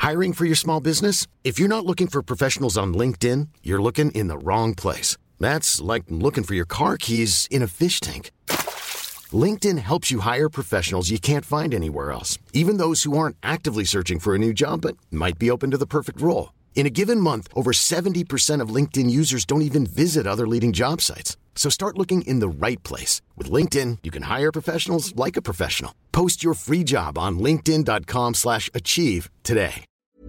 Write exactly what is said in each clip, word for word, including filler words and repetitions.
Hiring for your small business? If you're not looking for professionals on LinkedIn, you're looking in the wrong place. That's like looking for your car keys in a fish tank. LinkedIn helps you hire professionals you can't find anywhere else, even those who aren't actively searching for a new job but might be open to the perfect role. In a given month, over seventy percent of LinkedIn users don't even visit other leading job sites. So start looking in the right place. With LinkedIn, you can hire professionals like a professional. Post your free job on linkedin.com slash achieve today.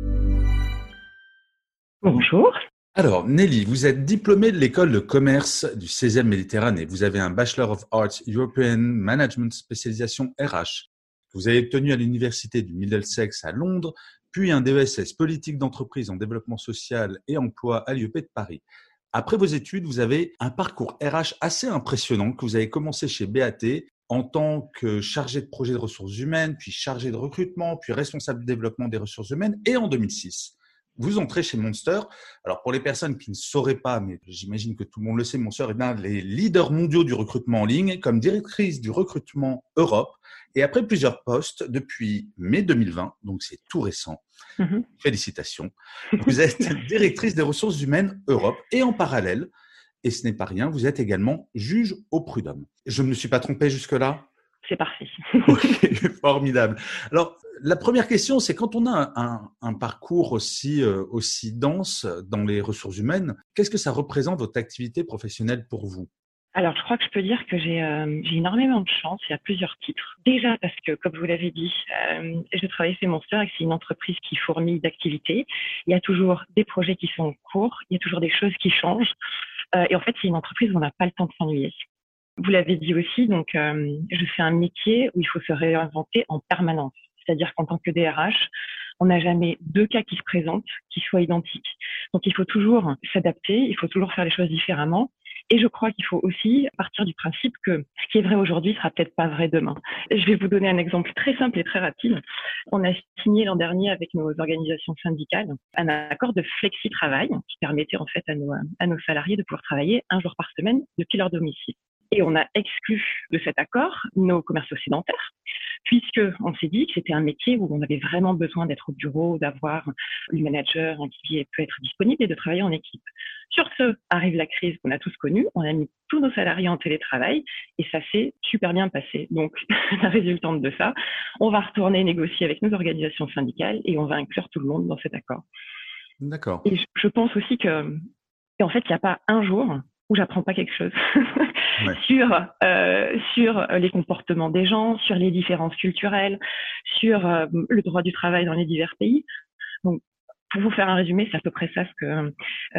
Bonjour. Alors, Nelly, vous êtes diplômée de l'école de commerce du seizième Méditerranée. Vous avez un Bachelor of Arts European Management spécialisation R H. Vous avez obtenu à l'université du Middlesex à Londres, puis un D E S S politique d'entreprise en développement social et emploi à l'I E P de Paris. Après vos études, vous avez un parcours R H assez impressionnant que vous avez commencé chez B A T en tant que chargé de projet de ressources humaines, puis chargé de recrutement, puis responsable de développement des ressources humaines. Et en deux mille six, vous entrez chez Monster. Alors, pour les personnes qui ne sauraient pas, mais j'imagine que tout le monde le sait, Monster est l'un des leaders mondiaux du recrutement en ligne comme directrice du recrutement Europe. Et après plusieurs postes, depuis mai deux mille vingt, donc c'est tout récent, mmh. Félicitations, vous êtes directrice des ressources humaines Europe et en parallèle, et ce n'est pas rien, vous êtes également juge au prud'homme. Je ne me suis pas trompé jusque-là ? C'est parfait. Ok, formidable. Alors, la première question, c'est quand on a un, un parcours aussi, euh, aussi dense dans les ressources humaines, qu'est-ce que ça représente votre activité professionnelle pour vous ? Alors, je crois que je peux dire que j'ai, euh, j'ai énormément de chance et à plusieurs titres. Déjà parce que, comme vous l'avez dit, euh, je travaille chez Monster et que c'est une entreprise qui fourmille d'activités. Il y a toujours des projets qui sont en cours, il y a toujours des choses qui changent. Euh, et en fait, c'est une entreprise où on n'a pas le temps de s'ennuyer. Vous l'avez dit aussi, donc euh, je fais un métier où il faut se réinventer en permanence. C'est-à-dire qu'en tant que D R H, on n'a jamais deux cas qui se présentent qui soient identiques. Donc, il faut toujours s'adapter, il faut toujours faire les choses différemment. Et je crois qu'il faut aussi partir du principe que ce qui est vrai aujourd'hui sera peut-être pas vrai demain. Je vais vous donner un exemple très simple et très rapide. On a signé l'an dernier avec nos organisations syndicales un accord de flexi-travail qui permettait en fait à nos, à nos salariés de pouvoir travailler un jour par semaine depuis leur domicile. Et on a exclu de cet accord nos commerciaux sédentaires, puisque on s'est dit que c'était un métier où on avait vraiment besoin d'être au bureau, d'avoir le manager qui peut être disponible et de travailler en équipe. Sur ce, arrive la crise qu'on a tous connue, on a mis tous nos salariés en télétravail et ça s'est super bien passé. Donc, la résultante de ça, on va retourner négocier avec nos organisations syndicales et on va inclure tout le monde dans cet accord. D'accord. Et je pense aussi que, en fait, il n'y a pas un jour où j'apprends pas quelque chose ouais. sur euh, sur les comportements des gens, sur les différences culturelles, sur euh, le droit du travail dans les divers pays. Donc, pour vous faire un résumé, c'est à peu près ça ce que euh,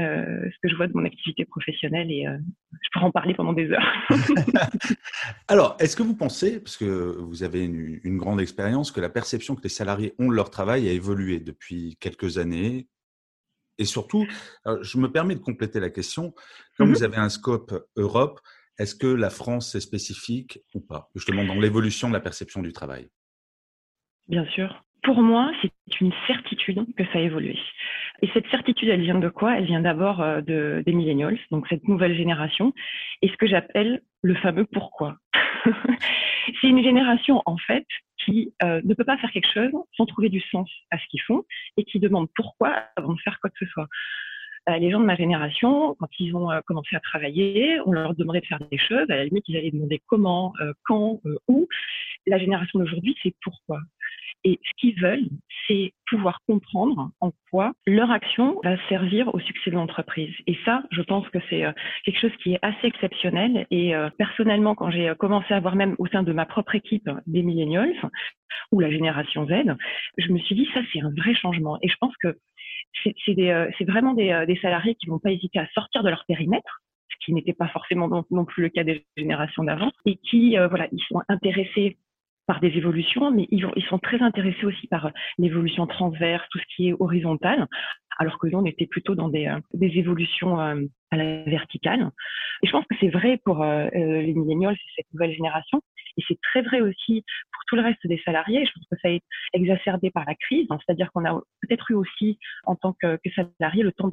ce que je vois de mon activité professionnelle et euh, je pourrais en parler pendant des heures. Alors, est-ce que vous pensez, parce que vous avez une, une grande expérience, que la perception que les salariés ont de leur travail a évolué depuis quelques années? Et surtout, je me permets de compléter la question, quand mm-hmm. vous avez un scope Europe, est-ce que la France est spécifique ou pas? Justement, dans l'évolution de la perception du travail. Bien sûr. Pour moi, c'est une certitude que ça a évolué. Et cette certitude, elle vient de quoi? Elle vient d'abord de, des millennials, donc cette nouvelle génération, et ce que j'appelle le fameux pourquoi. C'est une génération, en fait, qui euh, ne peut pas faire quelque chose sans trouver du sens à ce qu'ils font et qui demande pourquoi avant de faire quoi que ce soit. Euh, les gens de ma génération, quand ils ont euh, commencé à travailler, on leur demandait de faire des choses. À la limite, ils allaient demander comment, euh, quand, euh, où. La génération d'aujourd'hui, c'est pourquoi. Et ce qu'ils veulent, c'est pouvoir comprendre en quoi leur action va servir au succès de l'entreprise. Et ça, je pense que c'est quelque chose qui est assez exceptionnel. Et euh, personnellement, quand j'ai commencé à voir même au sein de ma propre équipe des millennials ou la génération Z, je me suis dit, ça, c'est un vrai changement. Et je pense que c'est, c'est, des, c'est vraiment des, des salariés qui vont pas hésiter à sortir de leur périmètre, ce qui n'était pas forcément non, non plus le cas des générations d'avant, et qui, euh, voilà, ils sont intéressés par des évolutions, mais ils, vont, ils sont très intéressés aussi par l'évolution transverse, tout ce qui est horizontal, alors que nous, on était plutôt dans des, euh, des évolutions euh, à la verticale. Et je pense que c'est vrai pour euh, les millennials, c'est cette nouvelle génération, et c'est très vrai aussi pour tout le reste des salariés. Je pense que ça a été exacerbé par la crise, hein, c'est-à-dire qu'on a peut-être eu aussi, en tant que, que salarié, le temps de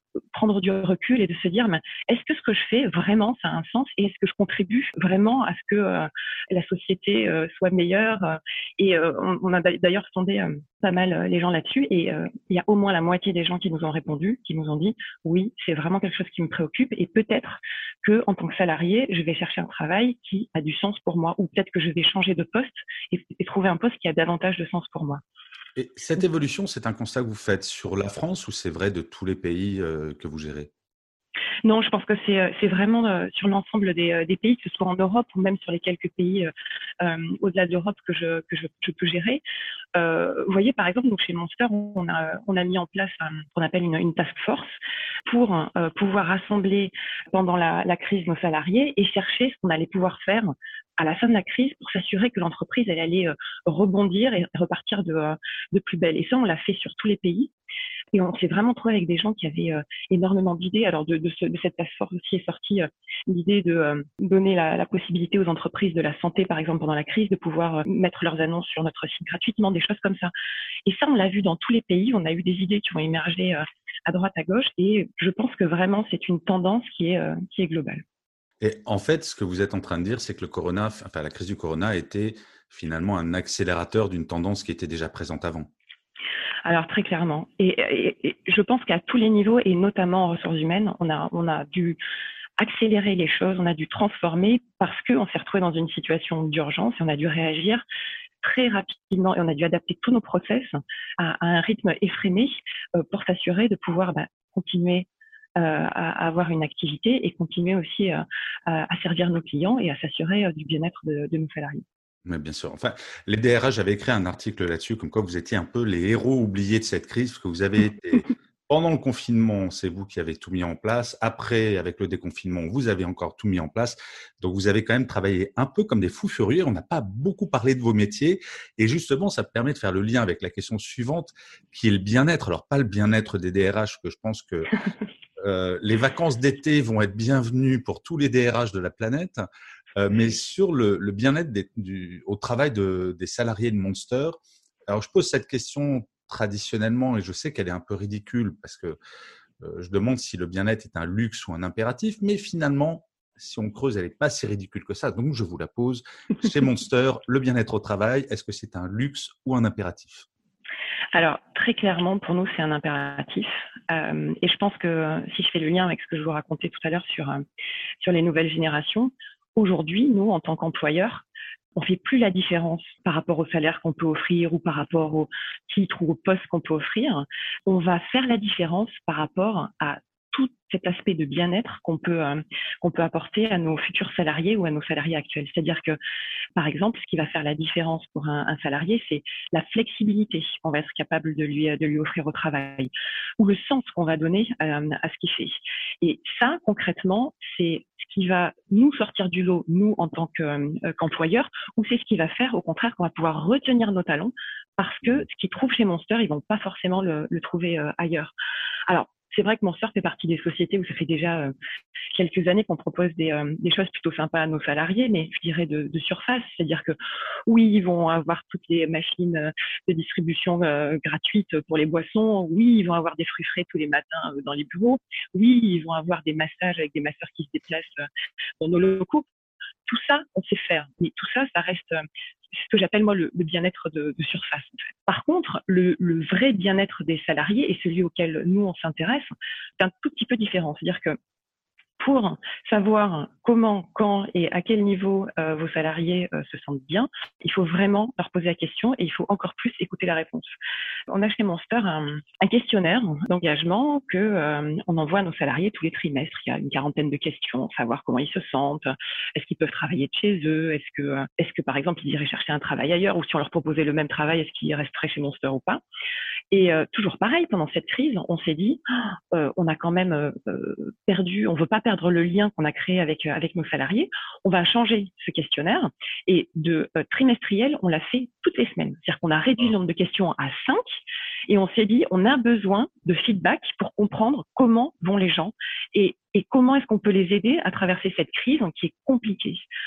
prendre du recul et de se dire, mais est-ce que ce que je fais vraiment, ça a un sens et est-ce que je contribue vraiment à ce que euh, la société euh, soit meilleure euh, Et euh, on, on a d'ailleurs sondé euh, pas mal euh, les gens là-dessus et euh, il y a au moins la moitié des gens qui nous ont répondu, qui nous ont dit, oui, c'est vraiment quelque chose qui me préoccupe et peut-être que en tant que salarié, je vais chercher un travail qui a du sens pour moi ou peut-être que je vais changer de poste et, et trouver un poste qui a davantage de sens pour moi. Et cette évolution, c'est un constat que vous faites sur la France ou c'est vrai de tous les pays euh, que vous gérez? Non, je pense que c'est c'est vraiment euh, sur l'ensemble des, euh, des pays, que ce soit en Europe ou même sur les quelques pays euh, euh, au-delà de l'Europe que je que je, je peux gérer. Euh, vous voyez, par exemple, donc chez Monster, on a on a mis en place euh, ce qu'on appelle une, une task force pour euh, pouvoir rassembler pendant la, la crise nos salariés et chercher ce qu'on allait pouvoir faire à la fin de la crise pour s'assurer que l'entreprise elle allait euh, rebondir et repartir de euh, de plus belle. Et ça, on l'a fait sur tous les pays. Et on s'est vraiment trouvé avec des gens qui avaient euh, énormément d'idées. Alors de, de, ce, de cette task force aussi est sortie euh, l'idée de euh, donner la, la possibilité aux entreprises de la santé, par exemple pendant la crise, de pouvoir euh, mettre leurs annonces sur notre site gratuitement, des choses comme ça. Et ça, on l'a vu dans tous les pays. On a eu des idées qui ont émergé euh, à droite, à gauche. Et je pense que vraiment, c'est une tendance qui est, euh, qui est globale. Et en fait, ce que vous êtes en train de dire, c'est que le corona, enfin la crise du corona, a été finalement un accélérateur d'une tendance qui était déjà présente avant. Alors très clairement, et, et, et je pense qu'à tous les niveaux et notamment en ressources humaines, on a on a dû accélérer les choses, on a dû transformer parce que on s'est retrouvé dans une situation d'urgence et on a dû réagir très rapidement et on a dû adapter tous nos process à, à un rythme effréné euh, pour s'assurer de pouvoir bah, continuer euh, à, à avoir une activité et continuer aussi euh, à, à servir nos clients et à s'assurer euh, du bien-être de, de nos salariés. Oui, bien sûr. Enfin, les D R H avaient écrit un article là-dessus, comme quoi vous étiez un peu les héros oubliés de cette crise, parce que vous avez été, pendant le confinement, c'est vous qui avez tout mis en place. Après, avec le déconfinement, vous avez encore tout mis en place. Donc, vous avez quand même travaillé un peu comme des fous furieux. On n'a pas beaucoup parlé de vos métiers. Et justement, ça permet de faire le lien avec la question suivante, qui est le bien-être. Alors, pas le bien-être des D R H, que je pense que euh, les vacances d'été vont être bienvenues pour tous les D R H de la planète. Euh, mais sur le, le bien-être des, du, au travail de, des salariés de Monster. Alors, je pose cette question traditionnellement et je sais qu'elle est un peu ridicule parce que euh, je demande si le bien-être est un luxe ou un impératif, mais finalement, si on creuse, elle n'est pas si ridicule que ça. Donc, je vous la pose. Chez Monster, le bien-être au travail, est-ce que c'est un luxe ou un impératif? Alors, très clairement, pour nous, c'est un impératif. Euh, et je pense que si je fais le lien avec ce que je vous racontais tout à l'heure sur, euh, sur les nouvelles générations, aujourd'hui, nous, en tant qu'employeurs, on fait plus la différence par rapport au salaire qu'on peut offrir ou par rapport au titre ou au poste qu'on peut offrir. On va faire la différence par rapport à tout cet aspect de bien-être qu'on peut euh, qu'on peut apporter à nos futurs salariés ou à nos salariés actuels. C'est-à-dire que, par exemple, ce qui va faire la différence pour un, un salarié, c'est la flexibilité qu'on va être capable de lui de lui offrir au travail ou le sens qu'on va donner euh, à ce qu'il fait. Et ça, concrètement, c'est ce qui va nous sortir du lot, nous en tant que, euh, qu'employeurs, ou c'est ce qui va faire, au contraire, qu'on va pouvoir retenir nos talents parce que ce qu'ils trouvent chez Monster, ils vont pas forcément le, le trouver euh, ailleurs. Alors, c'est vrai que Monster fait partie des sociétés où ça fait déjà euh, quelques années qu'on propose des, euh, des choses plutôt sympas à nos salariés, mais je dirais de, de surface. C'est-à-dire que oui, ils vont avoir toutes les machines de distribution euh, gratuites pour les boissons. Oui, ils vont avoir des fruits frais tous les matins euh, dans les bureaux. Oui, ils vont avoir des massages avec des masseurs qui se déplacent euh, dans nos locaux. Tout ça, on sait faire. Mais tout ça, ça reste euh, ce que j'appelle moi le, le bien-être de, de surface. En fait. Par contre, le, le vrai bien-être des salariés et celui auquel nous on s'intéresse, c'est un tout petit peu différent. C'est-à-dire que pour savoir comment, quand et à quel niveau euh, vos salariés euh, se sentent bien, il faut vraiment leur poser la question et il faut encore plus écouter la réponse. On a chez Monster un, un questionnaire d'engagement que euh, on envoie à nos salariés tous les trimestres. Il y a une quarantaine de questions, savoir comment ils se sentent, est-ce qu'ils peuvent travailler de chez eux, est-ce que, est-ce que par exemple ils iraient chercher un travail ailleurs ou si on leur proposait le même travail, est-ce qu'ils resteraient chez Monster ou pas. Et euh, toujours pareil, pendant cette crise, on s'est dit, euh, on a quand même euh, perdu, on veut pas perdre le lien qu'on a créé avec euh, avec nos salariés. On va changer ce questionnaire et de euh, trimestriel, on l'a fait toutes les semaines. C'est-à-dire qu'on a réduit le nombre de questions à cinq et on s'est dit, on a besoin de feedback pour comprendre comment vont les gens et et comment est-ce qu'on peut les aider à traverser cette crise qui est compliquée.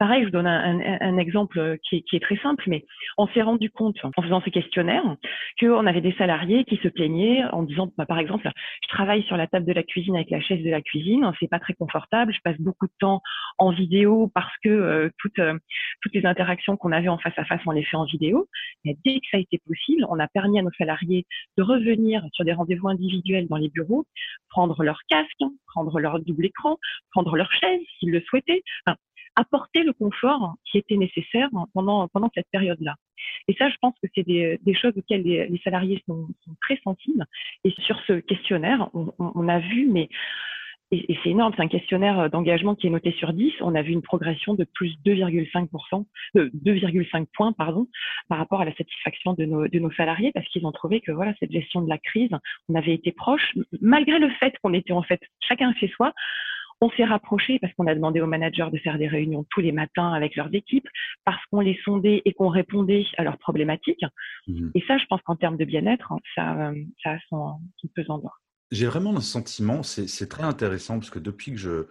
pareil, je vous donne un, un, un exemple qui est, qui est très simple, mais on s'est rendu compte en faisant ce questionnaire qu'on avait des salariés qui se plaignaient en disant, bah, par exemple, je travaille sur la table de la cuisine avec la chaise de la cuisine, c'est pas très confortable, je passe beaucoup de temps en vidéo parce que euh, toutes, euh, toutes les interactions qu'on avait en face à face, on les fait en vidéo. Mais dès que ça a été possible, on a permis à nos salariés de revenir sur des rendez-vous individuels dans les bureaux, prendre leur casque, prendre leur double écran, prendre leur chaise s'ils le souhaitaient, enfin, apporter le confort qui était nécessaire pendant, pendant cette période-là. Et ça, je pense que c'est des, des choses auxquelles les, les salariés sont, sont très sensibles. Et sur ce questionnaire, on, on, on a vu, mais et, et c'est énorme, c'est un questionnaire d'engagement qui est noté sur dix, on a vu une progression de plus deux virgule cinq pour cent, de deux virgule cinq points, pardon, par rapport à la satisfaction de nos, de nos salariés, parce qu'ils ont trouvé que voilà, cette gestion de la crise, on avait été proche, malgré le fait qu'on était en fait chacun chez soi. On s'est rapprochés parce qu'on a demandé aux managers de faire des réunions tous les matins avec leurs équipes, parce qu'on les sondait et qu'on répondait à leurs problématiques. Mmh. Et ça, je pense qu'en termes de bien-être, ça, ça a son, son pesant d'or. J'ai vraiment le sentiment, c'est, c'est très intéressant, parce que depuis que je,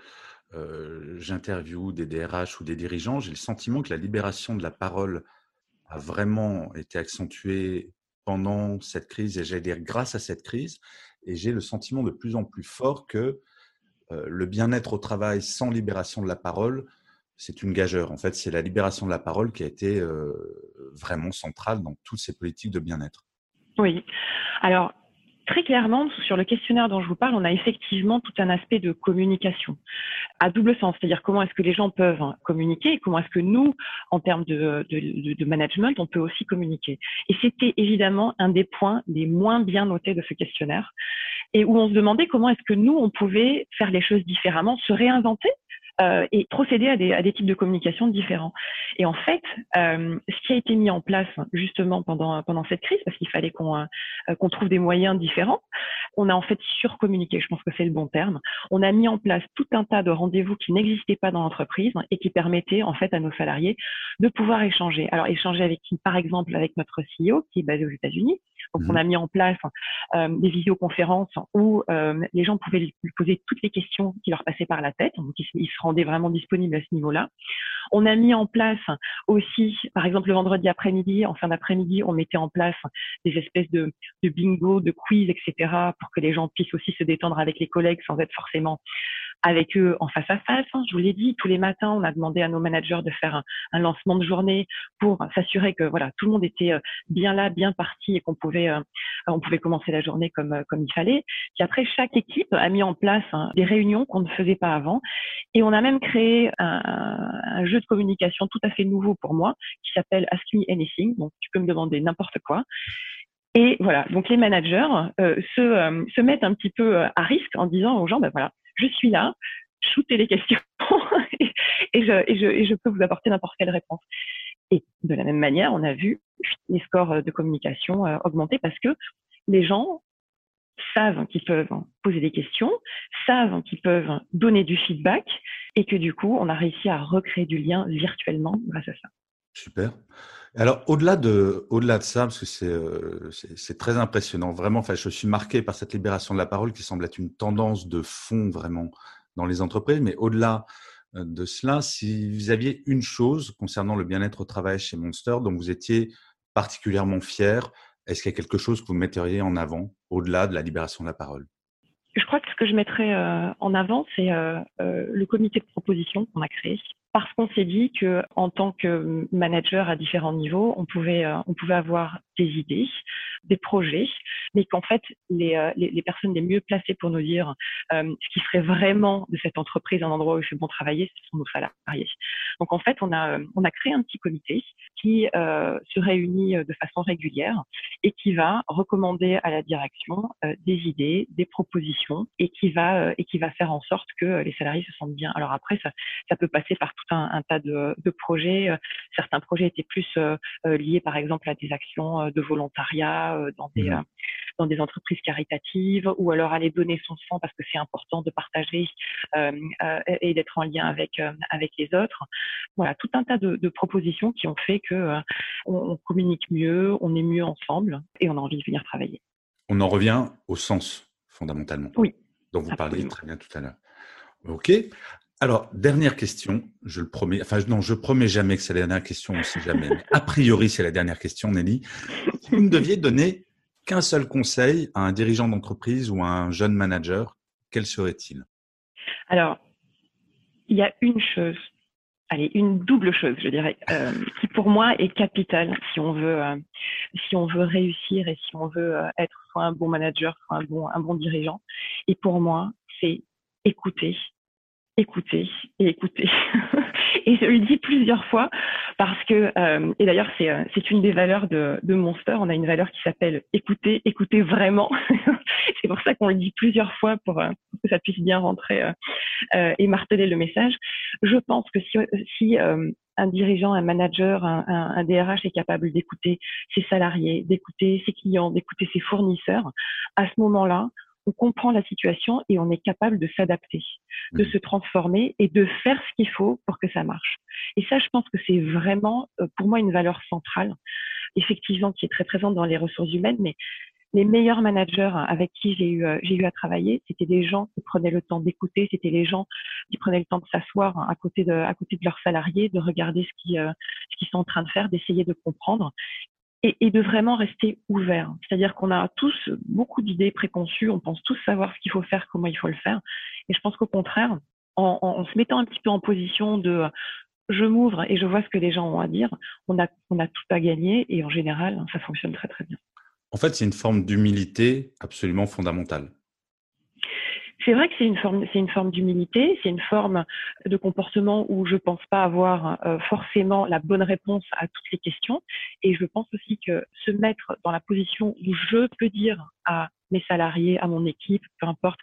euh, j'interviewe des D R H ou des dirigeants, j'ai le sentiment que la libération de la parole a vraiment été accentuée pendant cette crise, et j'allais dire grâce à cette crise. Et j'ai le sentiment de plus en plus fort que Euh, le bien-être au travail sans libération de la parole, c'est une gageure. En fait, c'est la libération de la parole qui a été euh, vraiment centrale dans toutes ces politiques de bien-être. Oui. Alors, très clairement, sur le questionnaire dont je vous parle, on a effectivement tout un aspect de communication à double sens, c'est-à-dire comment est-ce que les gens peuvent communiquer et comment est-ce que nous, en termes de, de, de management, on peut aussi communiquer. Et c'était évidemment un des points les moins bien notés de ce questionnaire et où on se demandait comment est-ce que nous, on pouvait faire les choses différemment, se réinventer euh, et procéder à des, à des types de communication différents. Et en fait, euh, ce qui a été mis en place justement pendant, pendant cette crise, parce qu'il fallait qu'on, euh, qu'on trouve des moyens différents, on a en fait surcommuniqué, je pense que c'est le bon terme. On a mis en place tout un tas de rendez-vous qui n'existaient pas dans l'entreprise et qui permettaient en fait à nos salariés de pouvoir échanger. Alors échanger avec qui? Par exemple avec notre C E O qui est basé aux États-Unis. Donc, mmh. on a mis en place euh, des visioconférences où euh, les gens pouvaient lui poser toutes les questions qui leur passaient par la tête. Donc, ils, ils se rendaient vraiment disponibles à ce niveau-là. On a mis en place aussi, par exemple, le vendredi après-midi, en fin d'après-midi, on mettait en place des espèces de, de bingo, de quiz, et cetera, pour que les gens puissent aussi se détendre avec les collègues sans être forcément avec eux en face à face. Je vous l'ai dit, tous les matins, on a demandé à nos managers de faire un, un lancement de journée pour s'assurer que voilà, tout le monde était bien là, bien parti et qu'on pouvait, euh, on pouvait commencer la journée comme comme il fallait. Puis après, chaque équipe a mis en place hein, des réunions qu'on ne faisait pas avant, et on a même créé un, un jeu de communication tout à fait nouveau pour moi qui s'appelle Ask Me Anything. Donc, tu peux me demander n'importe quoi. Et voilà, donc les managers euh, se, euh, se mettent un petit peu à risque en disant aux gens, ben voilà, je suis là, shootez les questions et, et, je, et, je, et je peux vous apporter n'importe quelle réponse. Et de la même manière, on a vu les scores de communication euh, augmenter parce que les gens savent qu'ils peuvent poser des questions, savent qu'ils peuvent donner du feedback et que du coup, on a réussi à recréer du lien virtuellement grâce à ça. Super. Alors, au-delà de, au-delà de ça, parce que c'est, euh, c'est, c'est très impressionnant, vraiment, enfin, je suis marqué par cette libération de la parole qui semble être une tendance de fond vraiment dans les entreprises, mais au-delà de cela, si vous aviez une chose concernant le bien-être au travail chez Monster dont vous étiez particulièrement fier, est-ce qu'il y a quelque chose que vous metteriez en avant au-delà de la libération de la parole? Je crois que ce que je mettrais euh, en avant, c'est euh, euh, le comité de proposition qu'on a créé. Parce qu'on s'est dit que en tant que manager à différents niveaux, on pouvait euh, on pouvait avoir des idées, des projets, mais qu'en fait les, euh, les les personnes les mieux placées pour nous dire euh, ce qui serait vraiment de cette entreprise un endroit où il fait bon travailler, ce sont nos salariés. Donc en fait on a on a créé un petit comité qui euh, se réunit de façon régulière et qui va recommander à la direction euh, des idées, des propositions et qui va euh, et qui va faire en sorte que les salariés se sentent bien. Alors après ça ça peut passer par tout un, un tas de, de projets. Certains projets étaient plus euh, liés, par exemple, à des actions de volontariat euh, dans des, mmh. euh, dans des entreprises caritatives, ou alors aller donner son sang parce que c'est important de partager euh, euh, et d'être en lien avec euh, avec les autres. Voilà, tout un tas de, de propositions qui ont fait que euh, on, on communique mieux, on est mieux ensemble et on a envie de venir travailler. On en revient au sens, fondamentalement. Oui. Dont vous absolument. parliez très bien tout à l'heure. OK. Alors, dernière question, je le promets, enfin non, je promets jamais que c'est la dernière question, on sait jamais, mais a priori c'est la dernière question, Nelly. Si vous ne deviez donner qu'un seul conseil à un dirigeant d'entreprise ou à un jeune manager, quel serait-il? Alors, il y a une chose, allez, une double chose, je dirais, euh, qui pour moi est capitale si on veut, euh, si on veut réussir et si on veut euh, être soit un bon manager, soit un bon, un bon dirigeant. Et pour moi, c'est écouter, écouter et écouter. Et je le dis plusieurs fois parce que, euh, et d'ailleurs c'est euh, c'est une des valeurs de, de Monster. On a une valeur qui s'appelle écouter, écouter vraiment. C'est pour ça qu'on le dit plusieurs fois pour, euh, pour que ça puisse bien rentrer euh, euh, et marteler le message. Je pense que si, si euh, un dirigeant, un manager, un, un, un D R H est capable d'écouter ses salariés, d'écouter ses clients, d'écouter ses fournisseurs, à ce moment-là, on comprend la situation et on est capable de s'adapter, de se transformer et de faire ce qu'il faut pour que ça marche. Et ça, je pense que c'est vraiment, pour moi, une valeur centrale, effectivement, qui est très présente dans les ressources humaines, mais les meilleurs managers avec qui j'ai eu, j'ai eu à travailler, c'était des gens qui prenaient le temps d'écouter, c'était les gens qui prenaient le temps de s'asseoir à côté de, à côté de leurs salariés, de regarder ce qu'ils, ce qu'ils sont en train de faire, d'essayer de comprendre. Et, et de vraiment rester ouvert. C'est-à-dire qu'on a tous beaucoup d'idées préconçues, on pense tous savoir ce qu'il faut faire, comment il faut le faire. Et je pense qu'au contraire, en, en, en se mettant un petit peu en position de je m'ouvre et je vois ce que les gens ont à dire, on a, on a tout à gagner et en général, ça fonctionne très très bien. En fait, c'est une forme d'humilité absolument fondamentale. C'est vrai que c'est une forme, c'est une forme d'humilité, c'est une forme de comportement où je pense pas avoir euh, forcément la bonne réponse à toutes les questions. Et je pense aussi que se mettre dans la position où je peux dire à mes salariés, à mon équipe, peu importe,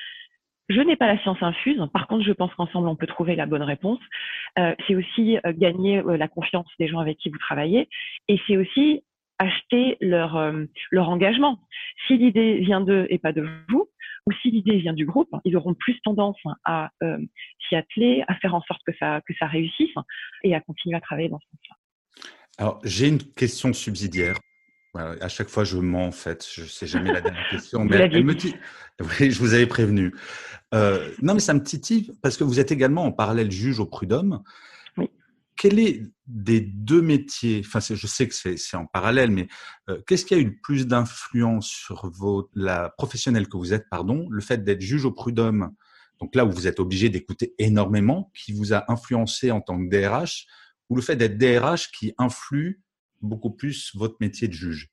je n'ai pas la science infuse. Par contre, je pense qu'ensemble, on peut trouver la bonne réponse. Euh, c'est aussi euh, gagner euh, la confiance des gens avec qui vous travaillez. Et c'est aussi acheter leur, euh, leur engagement. Si l'idée vient d'eux et pas de vous, ou si l'idée vient du groupe, ils auront plus tendance à euh, s'y atteler, à faire en sorte que ça, que ça réussisse et à continuer à travailler dans ce sens-là. Alors, j'ai une question subsidiaire. Voilà, à chaque fois, je mens en fait. Je sais jamais la dernière question, mais elle, elle me dit. Oui, je vous avais prévenu. Euh, non, mais ça me titille parce que vous êtes également en parallèle juge au prud'homme. Oui. Quel est des deux métiers, enfin je sais que c'est, c'est en parallèle, mais euh, qu'est-ce qui a eu le plus d'influence sur vos, la professionnelle que vous êtes, pardon, le fait d'être juge au prud'homme, donc là où vous êtes obligé d'écouter énormément, qui vous a influencé en tant que D R H, ou le fait d'être D R H qui influe beaucoup plus votre métier de juge?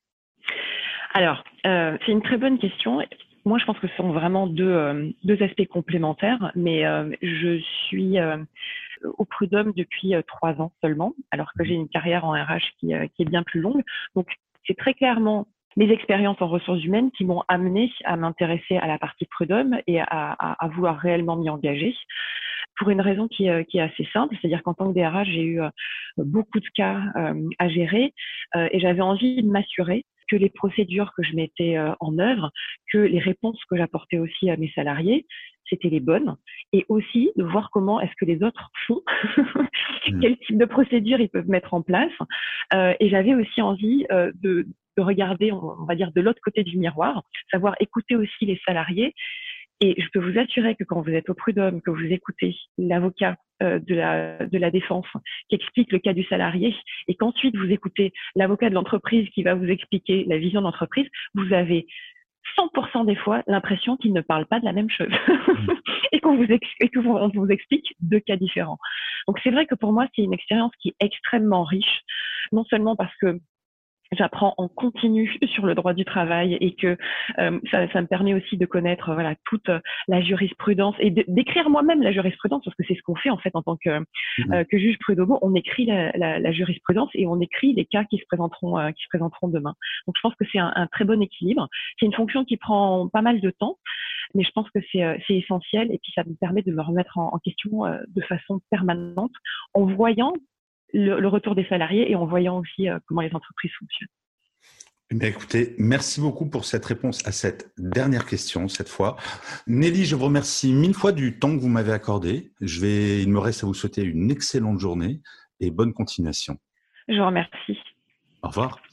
Alors, euh, c'est une très bonne question. Moi, je pense que ce sont vraiment deux, euh, deux aspects complémentaires, mais euh, je suis euh, au prud'homme depuis euh, trois ans seulement, alors que j'ai une carrière en R H qui, euh, qui est bien plus longue. Donc, c'est très clairement mes expériences en ressources humaines qui m'ont amené à m'intéresser à la partie prud'homme et à, à, à vouloir réellement m'y engager. Pour une raison qui, euh, qui est assez simple, c'est-à-dire qu'en tant que D R H, j'ai eu euh, beaucoup de cas euh, à gérer euh, et j'avais envie de m'assurer que les procédures que je mettais euh, en œuvre, que les réponses que j'apportais aussi à mes salariés, c'était les bonnes, et aussi de voir comment est-ce que les autres font, quel type de procédures ils peuvent mettre en place. Euh, et j'avais aussi envie euh, de, de regarder, on va dire, de l'autre côté du miroir, savoir écouter aussi les salariés. Et je peux vous assurer que quand vous êtes au prud'homme, que vous écoutez l'avocat euh, de la de la défense qui explique le cas du salarié, et qu'ensuite vous écoutez l'avocat de l'entreprise qui va vous expliquer la vision d'entreprise, vous avez cent pour cent des fois l'impression qu'ils ne parlent pas de la même chose et qu'on vous ex- et que vous, on vous explique deux cas différents. Donc c'est vrai que pour moi c'est une expérience qui est extrêmement riche, non seulement parce que j'apprends en continu sur le droit du travail et que euh, ça, ça me permet aussi de connaître voilà toute la jurisprudence et de, d'écrire moi-même la jurisprudence, parce que c'est ce qu'on fait en fait en tant que, mmh. euh, que juge prud'homo. On écrit la, la, la jurisprudence et on écrit les cas qui se présenteront euh, qui se présenteront demain. Donc je pense que c'est un, un très bon équilibre. C'est une fonction qui prend pas mal de temps, mais je pense que c'est, euh, c'est essentiel, et puis ça me permet de me remettre en, en question euh, de façon permanente en voyant Le, le retour des salariés et en voyant aussi euh, comment les entreprises fonctionnent. Mais écoutez, merci beaucoup pour cette réponse à cette dernière question cette fois. Nelly, je vous remercie mille fois du temps que vous m'avez accordé. Je vais, il me reste à vous souhaiter une excellente journée et bonne continuation. Je vous remercie. Au revoir.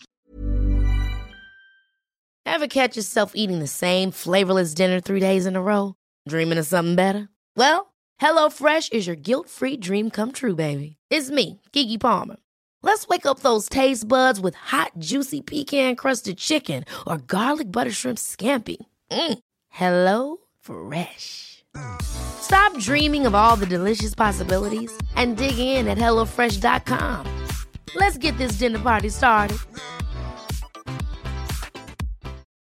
Ever catch yourself eating the same flavorless dinner three days in a row? Dreaming of something better? Well, HelloFresh is your guilt-free dream come true, baby. It's me, Keke Palmer. Let's wake up those taste buds with hot, juicy pecan-crusted chicken or garlic butter shrimp scampi. Mm. Hello Fresh. Stop dreaming of all the delicious possibilities and dig in at hello fresh dot com. Let's get this dinner party started.